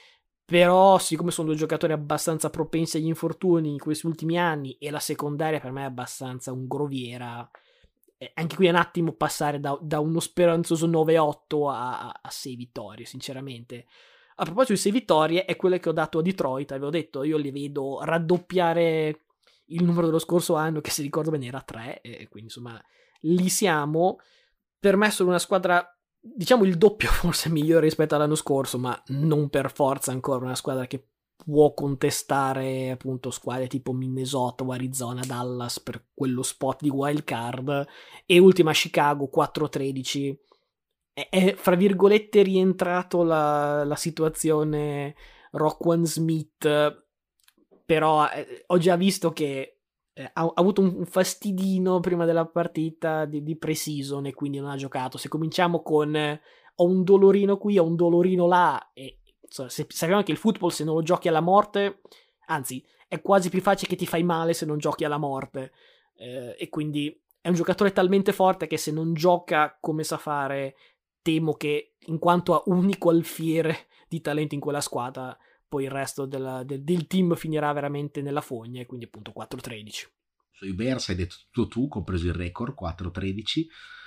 però siccome sono due giocatori abbastanza propensi agli infortuni in questi ultimi anni, e la secondaria per me è abbastanza un groviera, anche qui è un attimo passare da, da uno speranzoso nove otto a, a sei vittorie, sinceramente. A proposito di sei vittorie, è quelle che ho dato a Detroit. Avevo detto, io li vedo raddoppiare il numero dello scorso anno, che se ricordo bene era tre, e quindi insomma lì siamo. Per me sono una squadra, diciamo il doppio forse migliore rispetto all'anno scorso, ma non per forza ancora una squadra che può contestare appunto squadre tipo Minnesota o Arizona, Dallas per quello spot di wild card. E ultima Chicago quattro tredici, è, è fra virgolette rientrato la, la situazione Roquan Smith, però eh, ho già visto che eh, ha, ha avuto un fastidino prima della partita di, di pre-season, e quindi non ha giocato. Se cominciamo con eh, ho un dolorino qui, ho un dolorino là, e insomma, se, sappiamo che il football se non lo giochi alla morte, anzi è quasi più facile che ti fai male se non giochi alla morte, eh, e quindi è un giocatore talmente forte che se non gioca come sa fare, temo che in quanto a unico alfiere di talento in quella squadra, poi il resto della, del, del team finirà veramente nella fogna, e quindi appunto quattro tredici. Sui Bears hai detto tutto tu, compreso il record, quattro tredici.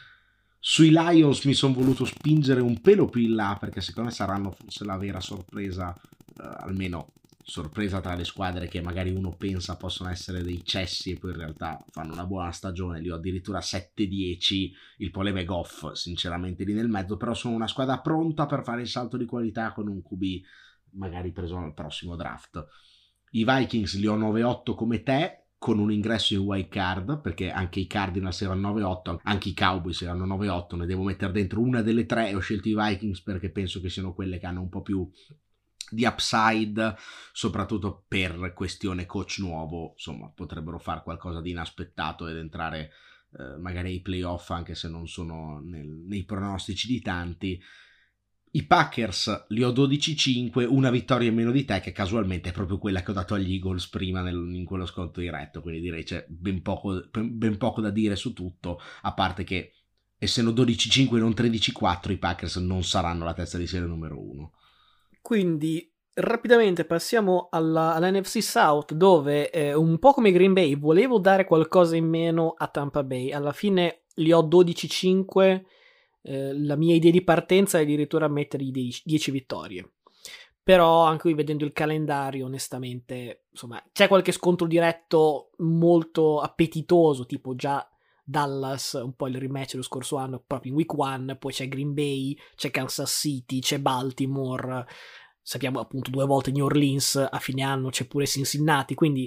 Sui Lions mi sono voluto spingere un pelo più in là, perché secondo me saranno forse la vera sorpresa, eh, almeno sorpresa tra le squadre che magari uno pensa possono essere dei cessi e poi in realtà fanno una buona stagione. Li ho addirittura sette dieci, il problema è Goff sinceramente lì nel mezzo, però sono una squadra pronta per fare il salto di qualità con un Q B magari preso al prossimo draft. I Vikings li ho nove otto come te, con un ingresso in wild card, perché anche i Cardinals erano nove otto, anche i Cowboys erano nove otto, ne devo mettere dentro una delle tre e ho scelto i Vikings perché penso che siano quelle che hanno un po' più di upside, soprattutto per questione coach nuovo, insomma potrebbero fare qualcosa di inaspettato ed entrare eh, magari ai playoff, anche se non sono nel, nei pronostici di tanti. I Packers li ho dodici cinque, una vittoria in meno di te, che casualmente è proprio quella che ho dato agli Eagles prima nel, in quello sconto diretto, quindi direi c'è ben poco, ben poco da dire su tutto, a parte che essendo dodici cinque e non tredici quattro i Packers non saranno la testa di serie numero uno. Quindi rapidamente passiamo alla, all'N F C South, dove eh, un po' come Green Bay volevo dare qualcosa in meno a Tampa Bay, alla fine li ho dodici cinque. Eh, la mia idea di partenza è addirittura mettere dieci vittorie, però anche qui vedendo il calendario onestamente insomma c'è qualche scontro diretto molto appetitoso, tipo già Dallas, un po' il rematch lo scorso anno proprio in week one, poi c'è Green Bay, c'è Kansas City, c'è Baltimore, sappiamo appunto due volte New Orleans a fine anno, c'è pure Cincinnati, quindi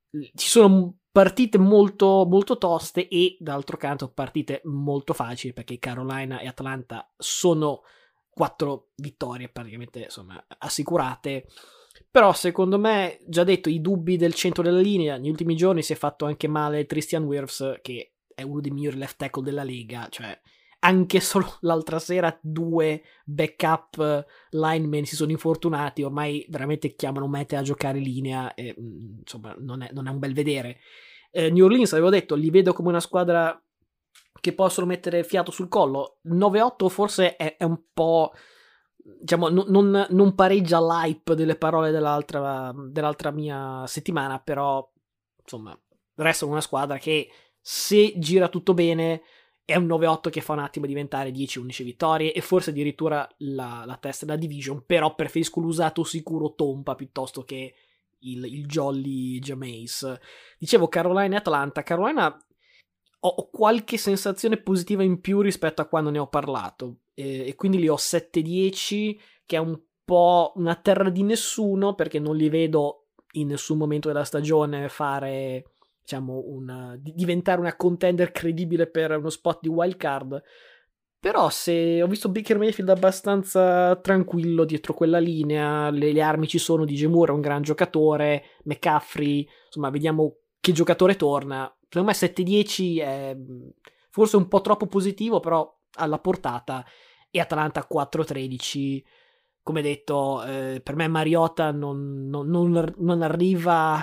ci sono partite molto, molto toste e d'altro canto partite molto facili, perché Carolina e Atlanta sono quattro vittorie praticamente insomma assicurate. Però secondo me, già detto, i dubbi del centro della linea, negli ultimi giorni si è fatto anche male Tristan Wirfs, che è uno dei migliori left tackle della Lega, cioè anche solo l'altra sera due backup linemen si sono infortunati, ormai veramente chiamano Mete a giocare linea e insomma non è, non è un bel vedere. eh, New Orleans, avevo detto, li vedo come una squadra che possono mettere fiato sul collo. Nove otto forse è, è un po', diciamo, non, non, non pareggia l'hype delle parole dell'altra, dell'altra mia settimana, però insomma restano una squadra che se gira tutto bene è un nove otto che fa un attimo diventare dieci undici vittorie e forse addirittura la, la testa della division, però preferisco l'usato sicuro Tompa piuttosto che il, il jolly Jameis. Dicevo Carolina e Atlanta. Carolina ho, ho qualche sensazione positiva in più rispetto a quando ne ho parlato e, e quindi li ho sette dieci, che è un po' una terra di nessuno, perché non li vedo in nessun momento della stagione fare, diciamo, una, di diventare una contender credibile per uno spot di wild card. Però se ho visto Baker Mayfield abbastanza tranquillo dietro quella linea, le, le armi ci sono, D J Moore è un gran giocatore, McCaffrey, insomma vediamo che giocatore torna. Secondo me sette dieci è forse un po' troppo positivo, però alla portata. E Atlanta quattro tredici, come detto, eh, per me Mariota non, non, non, non arriva...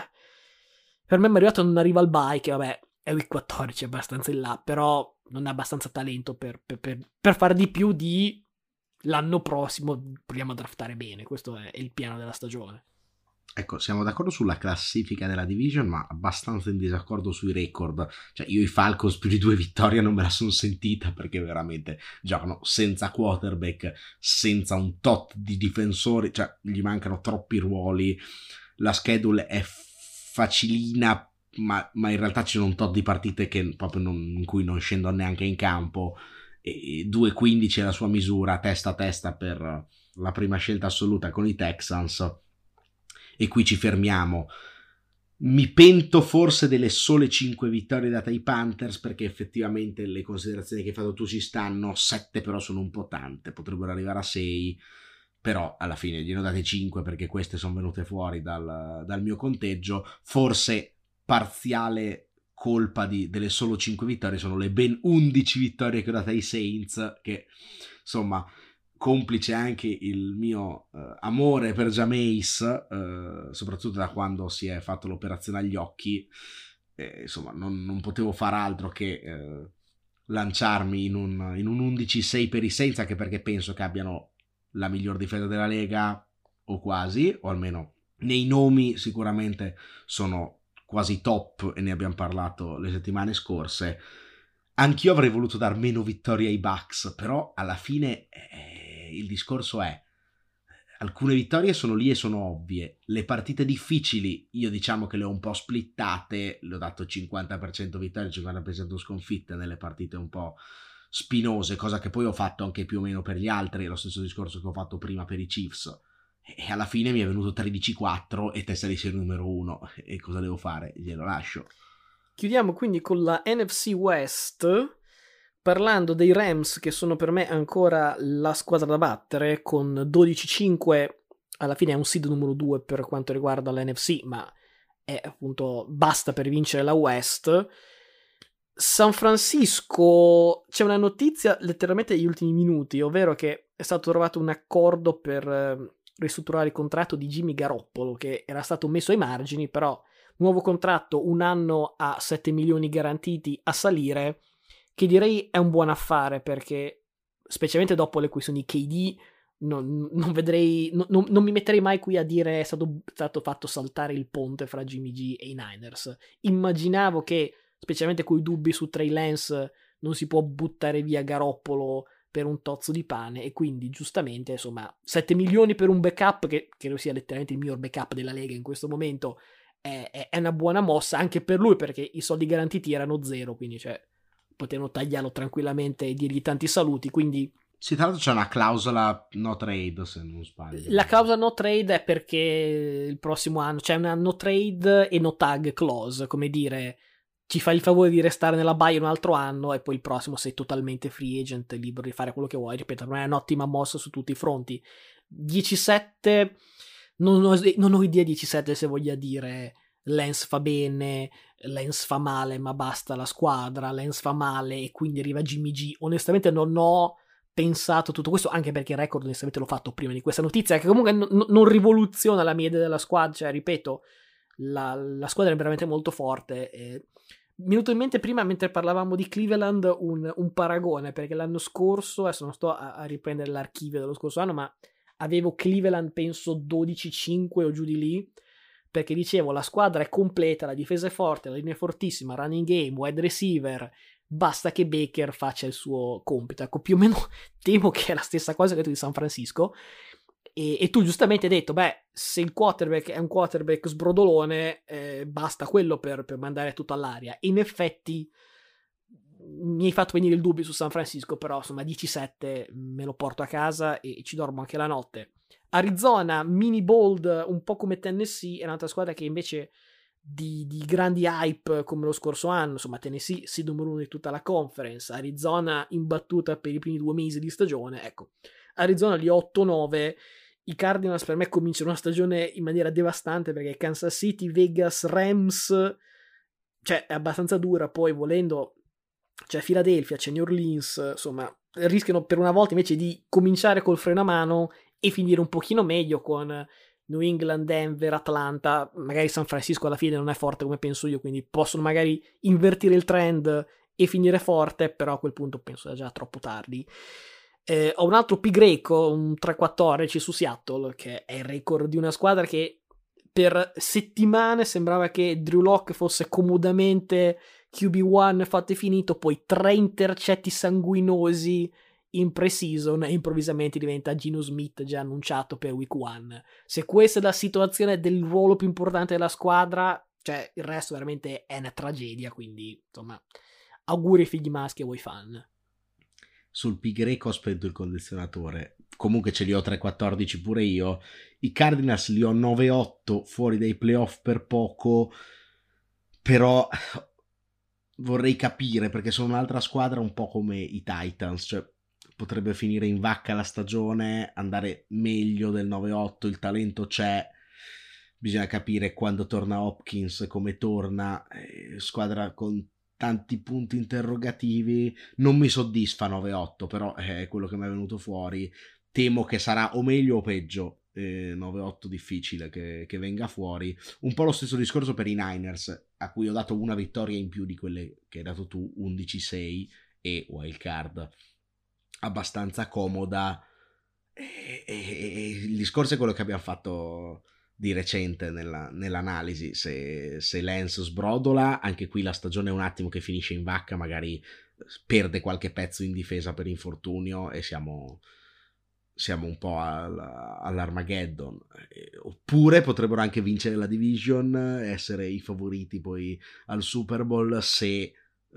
Per me Mariota non arriva al bye, che vabbè è week quattordici, è abbastanza in là, però non ha abbastanza talento per, per, per, per fare di più di l'anno prossimo. Proviamo a draftare bene, questo è, è il piano della stagione. Ecco, siamo d'accordo sulla classifica della division, ma abbastanza in disaccordo sui record. Cioè, io i Falcons più di due vittorie non me la sono sentita, perché veramente giocano senza quarterback, senza un tot di difensori, cioè gli mancano troppi ruoli, la schedule è facilina, ma, ma in realtà ci sono un tot di partite che proprio non, in cui non scendo neanche in campo, e due quindici è la sua misura, testa a testa per la prima scelta assoluta con i Texans, e qui ci fermiamo. Mi pento forse delle sole cinque vittorie date ai Panthers, perché effettivamente le considerazioni che hai fatto tu ci stanno, sette però sono un po' tante, potrebbero arrivare a sei, però alla fine gliene ho date cinque perché queste sono venute fuori dal, dal mio conteggio. Forse parziale colpa di, delle solo cinque vittorie sono le ben undici vittorie che ho date ai Saints, che insomma complice anche il mio uh, amore per Jameis, uh, soprattutto da quando si è fatto l'operazione agli occhi, eh, insomma non, non potevo far altro che uh, lanciarmi in un, in un undici sei per i Saints, anche perché penso che abbiano la miglior difesa della Lega, o quasi, o almeno nei nomi sicuramente sono quasi top, e ne abbiamo parlato le settimane scorse. Anch'io avrei voluto dar meno vittorie ai Bucks, però alla fine eh, il discorso è: alcune vittorie sono lì e sono ovvie. Le partite difficili io diciamo che le ho un po' splittate, le ho dato cinquanta per cento vittorie, cinquanta per cento sconfitte nelle partite un po' spinose, cosa che poi ho fatto anche più o meno per gli altri, lo stesso discorso che ho fatto prima per i Chiefs. E alla fine mi è venuto tredici quattro e testa di serie numero uno, e cosa devo fare? Glielo lascio. Chiudiamo quindi con la N F C West, parlando dei Rams, che sono per me ancora la squadra da battere, con dodici cinque, alla fine è un seed numero due per quanto riguarda l'N F C, ma è appunto basta per vincere la West. San Francisco, c'è una notizia letteralmente negli ultimi minuti, ovvero che è stato trovato un accordo per ristrutturare il contratto di Jimmy Garoppolo, che era stato messo ai margini, però nuovo contratto, un anno a sette milioni garantiti a salire, che direi è un buon affare, perché specialmente dopo le questioni K D non, non vedrei non, non mi metterei mai qui a dire è stato, stato fatto saltare il ponte fra Jimmy G e i Niners. Immaginavo che specialmente coi dubbi su Trey Lance non si può buttare via Garoppolo per un tozzo di pane, e quindi giustamente insomma sette milioni per un backup che credo sia letteralmente il miglior backup della Lega in questo momento è, è una buona mossa anche per lui, perché i soldi garantiti erano zero, quindi cioè potevano tagliarlo tranquillamente e dirgli tanti saluti. Quindi sì, tra l'altro c'è una clausola no trade, se non sbaglio. La clausola no trade è perché il prossimo anno c'è una no trade e no tag clause, come dire ci fai il favore di restare nella baia un altro anno e poi il prossimo sei totalmente free agent, libero di fare quello che vuoi. Ripeto, non è un'ottima mossa su tutti i fronti. dieci sette non ho, non ho idea dieci sette se voglia dire Lance fa bene, Lance fa male ma basta la squadra, Lance fa male e quindi arriva Jimmy G. Onestamente non ho pensato tutto questo, anche perché il record onestamente l'ho fatto prima di questa notizia, che comunque n- non rivoluziona la mia idea della squadra. Cioè ripeto, la, la squadra è veramente molto forte. E mi è venuto in mente prima, mentre parlavamo di Cleveland, un, un paragone, perché l'anno scorso, adesso non sto a, a riprendere l'archivio dello scorso anno, ma avevo Cleveland penso dodici cinque o giù di lì, perché dicevo la squadra è completa, la difesa è forte, la linea è fortissima, running game, wide receiver, basta che Baker faccia il suo compito. Ecco, più o meno temo che è la stessa cosa che tu di San Francisco. E, e tu giustamente hai detto, beh, se il quarterback è un quarterback sbrodolone, eh, basta quello per, per mandare tutto all'aria. In effetti mi hai fatto venire il dubbio su San Francisco, però insomma dieci sette me lo porto a casa e, e ci dormo anche la notte. Arizona, mini bold, un po' come Tennessee, è un'altra squadra che invece di, di grandi hype come lo scorso anno, insomma Tennessee seed numero uno di tutta la conference, Arizona imbattuta per i primi due mesi di stagione. Ecco, Arizona lì otto nove. I Cardinals per me cominciano una stagione in maniera devastante, perché Kansas City, Vegas, Rams, cioè è abbastanza dura. Poi volendo c'è Philadelphia, c'è New Orleans, insomma rischiano per una volta invece di cominciare col freno a mano e finire un pochino meglio con New England, Denver, Atlanta. Magari San Francisco alla fine non è forte come penso io, quindi possono magari invertire il trend e finire forte, però a quel punto penso sia già troppo tardi. Eh, ho un altro pi greco, un tre quattordici su Seattle, che è il record di una squadra che per settimane sembrava che Drew Lock fosse comodamente Q B uno fatto e finito, poi tre intercetti sanguinosi in pre-season e improvvisamente diventa Geno Smith già annunciato per week one. Se questa è la situazione del ruolo più importante della squadra, cioè il resto veramente è una tragedia, quindi insomma auguri ai figli maschi a voi fan. Sul pi greco ho spento il condizionatore, comunque ce li ho tre quattordici pure io. I Cardinals li ho nove otto fuori dai playoff per poco, però vorrei capire, perché sono un'altra squadra un po' come i Titans, cioè potrebbe finire in vacca la stagione, andare meglio del nove otto, il talento c'è, bisogna capire quando torna Hopkins, come torna. Eh, squadra con tanti punti interrogativi, non mi soddisfa nove otto, però è quello che mi è venuto fuori. temo che sarà o meglio o peggio. Eh, nove otto difficile che, che venga fuori. Un po' lo stesso discorso per i Niners, a cui ho dato una vittoria in più di quelle che hai dato tu, undici sei, e wild card abbastanza comoda. E, e, e il discorso è quello che abbiamo fatto di recente nella, nell'analisi. Se, se Lance sbrodola, anche qui la stagione è un attimo che finisce in vacca, magari perde qualche pezzo in difesa per infortunio e siamo siamo un po' al, all'Armageddon. Eh, oppure potrebbero anche vincere la division, essere i favoriti poi al Super Bowl se, eh,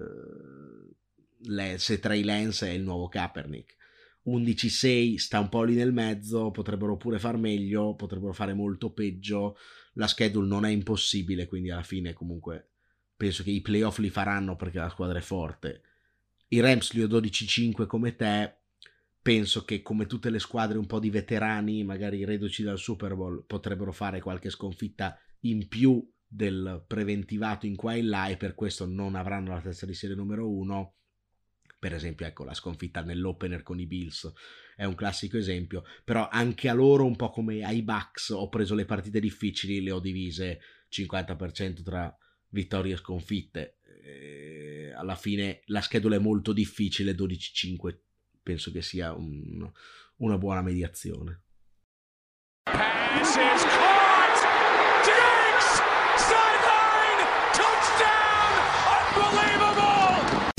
le, se Trey Lance è il nuovo Kaepernick. undici sei sta un po' lì nel mezzo, potrebbero pure far meglio, potrebbero fare molto peggio. La schedule non è impossibile, quindi alla fine comunque penso che i playoff li faranno perché la squadra è forte. I Rams li ho dodici cinque come te. Penso che come tutte le squadre un po' di veterani, magari reduci dal Super Bowl, potrebbero fare qualche sconfitta in più del preventivato in qua e là, e per questo non avranno la testa di serie numero uno. Per esempio, ecco, la sconfitta nell'opener con i Bills è un classico esempio, però anche a loro, un po' come ai Bucks, ho preso le partite difficili, le ho divise cinquanta per cento tra vittorie e sconfitte. E alla fine la schedule è molto difficile, dodici cinque penso che sia un, una buona mediazione. Pass is caught! Diggs! Sideline! Touchdown! Unbelievable!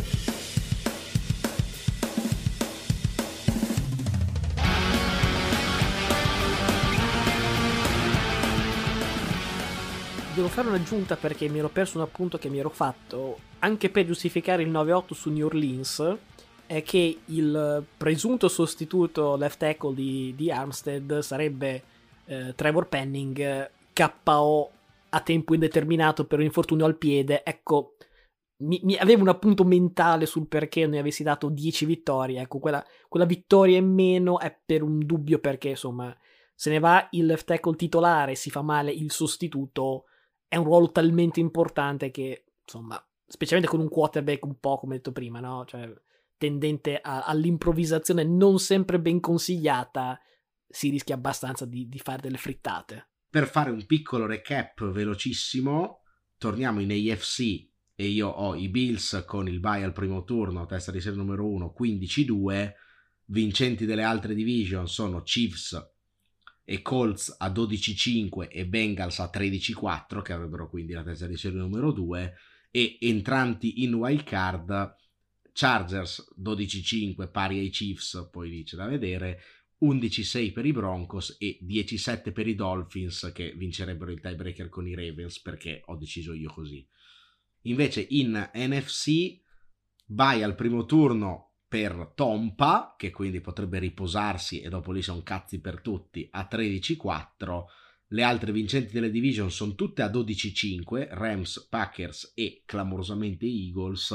Devo fare un'aggiunta perché mi ero perso un appunto che mi ero fatto, anche per giustificare il nove otto su New Orleans, è che il presunto sostituto left tackle di, di Armstead sarebbe eh, Trevor Penning, K O a tempo indeterminato per un infortunio al piede. Ecco, mi, mi avevo un appunto mentale sul perché non ne avessi dato dieci vittorie. Ecco, quella, quella vittoria in meno è per un dubbio, perché insomma, se ne va il left tackle titolare, si fa male il sostituto, è un ruolo talmente importante che, insomma, specialmente con un quarterback un po' come detto prima, no? Cioè, tendente a, all'improvvisazione non sempre ben consigliata, si rischia abbastanza di, di fare delle frittate. Per fare un piccolo recap velocissimo, torniamo in A F C e io ho i Bills con il bye al primo turno, testa di serie numero uno, quindici due. Vincenti delle altre division sono Chiefs e Colts a dodici cinque e Bengals a tredici quattro, che avrebbero quindi la testa di serie numero due, e entranti in wild card Chargers dodici cinque pari ai Chiefs, poi lì c'è da vedere, undici sei per i Broncos e dieci sette per i Dolphins, che vincerebbero il tiebreaker con i Ravens, perché ho deciso io così. Invece in N F C vai al primo turno per Tampa, che quindi potrebbe riposarsi e dopo lì sono cazzi per tutti, a tredici quattro. Le altre vincenti delle division sono tutte a dodici cinque, Rams, Packers e clamorosamente Eagles.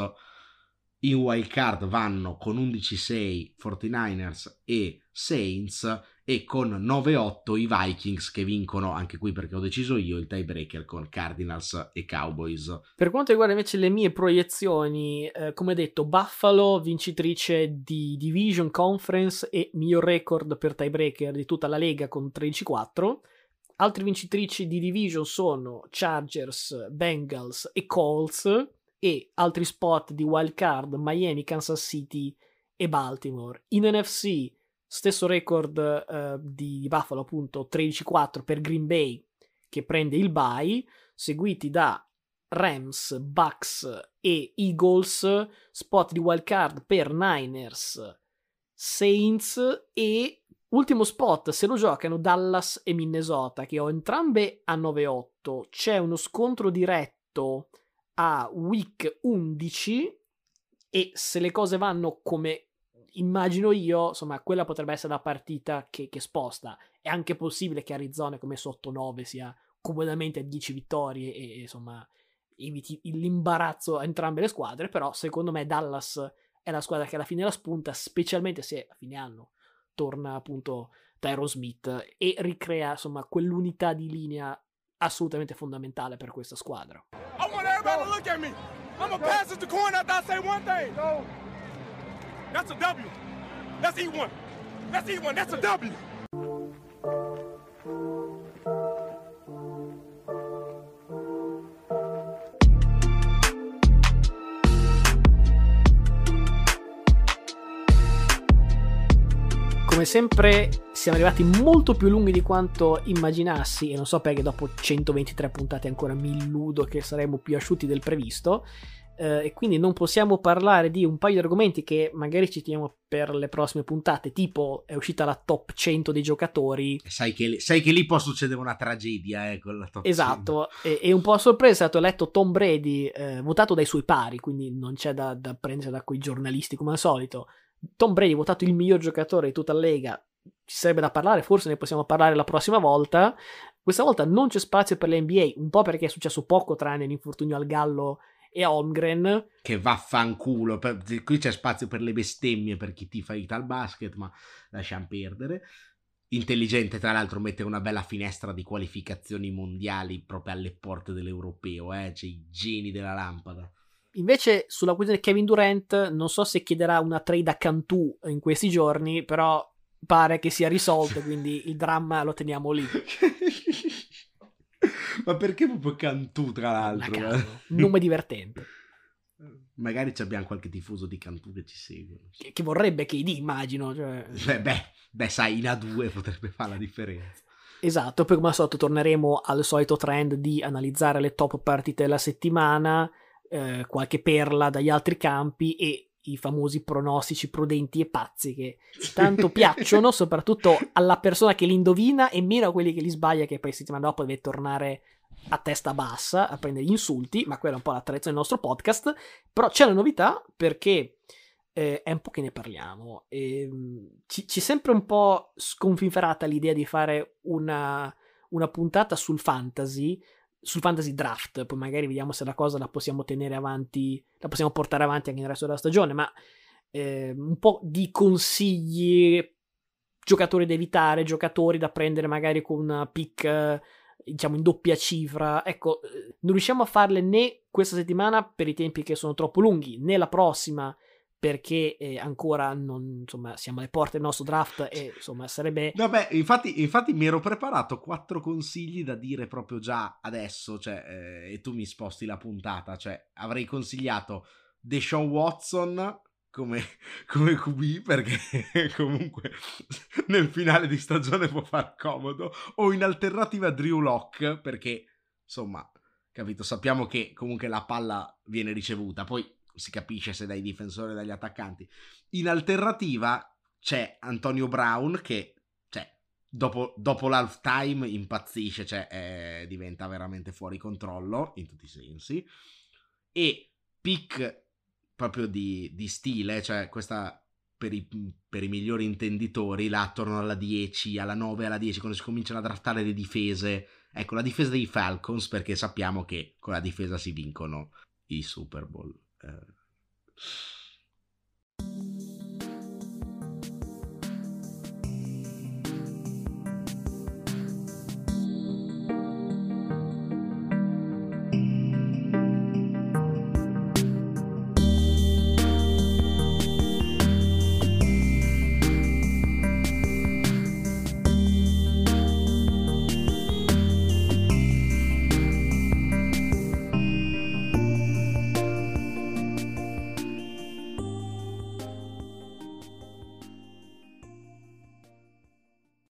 In wild card vanno con undici sei quarantanovers e Saints, e con nove otto i Vikings, che vincono anche qui perché ho deciso io il tiebreaker con Cardinals e Cowboys. Per quanto riguarda invece le mie proiezioni, eh, come detto, Buffalo vincitrice di Division Conference e miglior record per tiebreaker di tutta la Lega con tredici quattro. Altre vincitrici di Division sono Chargers, Bengals e Colts, e altri spot di wild card Miami, Kansas City e Baltimore. In N F C stesso record uh, di Buffalo, appunto tredici quattro per Green Bay, che prende il bye, seguiti da Rams, Bucks e Eagles. Spot di wild card per Niners, Saints, e ultimo spot se lo giocano Dallas e Minnesota, che ho entrambe a nove otto. C'è uno scontro diretto a week undici e se le cose vanno come immagino io, insomma, quella potrebbe essere la partita che, che sposta. È anche possibile che Arizona, come sotto nove, sia comodamente a dieci vittorie e, insomma, eviti l'imbarazzo a entrambe le squadre, però secondo me Dallas è la squadra che alla fine la spunta, specialmente se a fine anno torna appunto Tyron Smith e ricrea, insomma, quell'unità di linea assolutamente fondamentale per questa squadra. I want everybody to look at me. I'm gonna pass it to corner after I say one thing. That's a W. Let's eat one. That's E one, that's a W. Come sempre siamo arrivati molto più lunghi di quanto immaginassi e non so perché dopo centoventitré puntate ancora mi illudo che saremo più asciutti del previsto, eh, e quindi non possiamo parlare di un paio di argomenti che magari ci teniamo per le prossime puntate, tipo è uscita la top cento dei giocatori. Sai che, sai che lì può succedere una tragedia, eh, con la top esatto, e, e un po' a sorpresa è stato eletto Tom Brady, eh, votato dai suoi pari, quindi non c'è da, da prendere da quei giornalisti come al solito. Tom Brady votato il miglior giocatore di tutta la Lega, ci sarebbe da parlare, forse ne possiamo parlare la prossima volta. Questa volta non c'è spazio per l'N B A, un po' perché è successo poco tranne l'infortunio al Gallo e a Holmgren. Che vaffanculo, per, qui c'è spazio per le bestemmie per chi tifa Ital Basket, ma lasciamo perdere. Intelligente, tra l'altro, mette una bella finestra di qualificazioni mondiali proprio alle porte dell'Europeo, eh? C'è i geni della lampada. Invece sulla questione Kevin Durant non so se chiederà una trade a Cantù in questi giorni, però pare che sia risolto, quindi il dramma lo teniamo lì. Ma perché proprio Cantù, tra l'altro? Caso, nome divertente. Magari abbiamo qualche tifoso di Cantù che ci segue. Che, che vorrebbe K D, immagino. Cioè... Beh, beh, beh, sai, in A due potrebbe fare la differenza. Esatto, poi come al solito torneremo al solito trend di analizzare le top partite della settimana, eh, qualche perla dagli altri campi e i famosi pronostici prudenti e pazzi che tanto piacciono soprattutto alla persona che li indovina e meno a quelli che li sbaglia, che poi settimana dopo deve tornare a testa bassa a prendere gli insulti, ma quella è un po' la tradizione del nostro podcast. Però c'è una novità, perché eh, è un po' che ne parliamo e, ci, ci è sempre un po' sconfinferata l'idea di fare una, una puntata sul fantasy sul fantasy draft, poi magari vediamo se la cosa la possiamo tenere avanti, la possiamo portare avanti anche nel resto della stagione, ma eh, un po' di consigli, giocatori da evitare, giocatori da prendere magari con una pick eh, diciamo in doppia cifra. Ecco, non riusciamo a farle né questa settimana per i tempi che sono troppo lunghi, né la prossima perché eh, ancora non, insomma, siamo alle porte del nostro draft e insomma sarebbe... Vabbè, infatti, infatti mi ero preparato quattro consigli da dire proprio già adesso, cioè, eh, e tu mi sposti la puntata, cioè avrei consigliato Deshaun Watson come, come Q B perché comunque nel finale di stagione può far comodo, o in alternativa Drew Lock perché, insomma, capito, sappiamo che comunque la palla viene ricevuta, poi si capisce se dai difensori o dagli attaccanti. In alternativa c'è Antonio Brown che, cioè, dopo, dopo l'halftime impazzisce, cioè eh, diventa veramente fuori controllo in tutti i sensi, e pick proprio di, di stile, cioè questa per i, per i migliori intenditori là attorno alla dieci, alla nove, alla dieci, quando si cominciano a draftare le difese, ecco, la difesa dei Falcons, perché sappiamo che con la difesa si vincono i Super Bowl. Uh,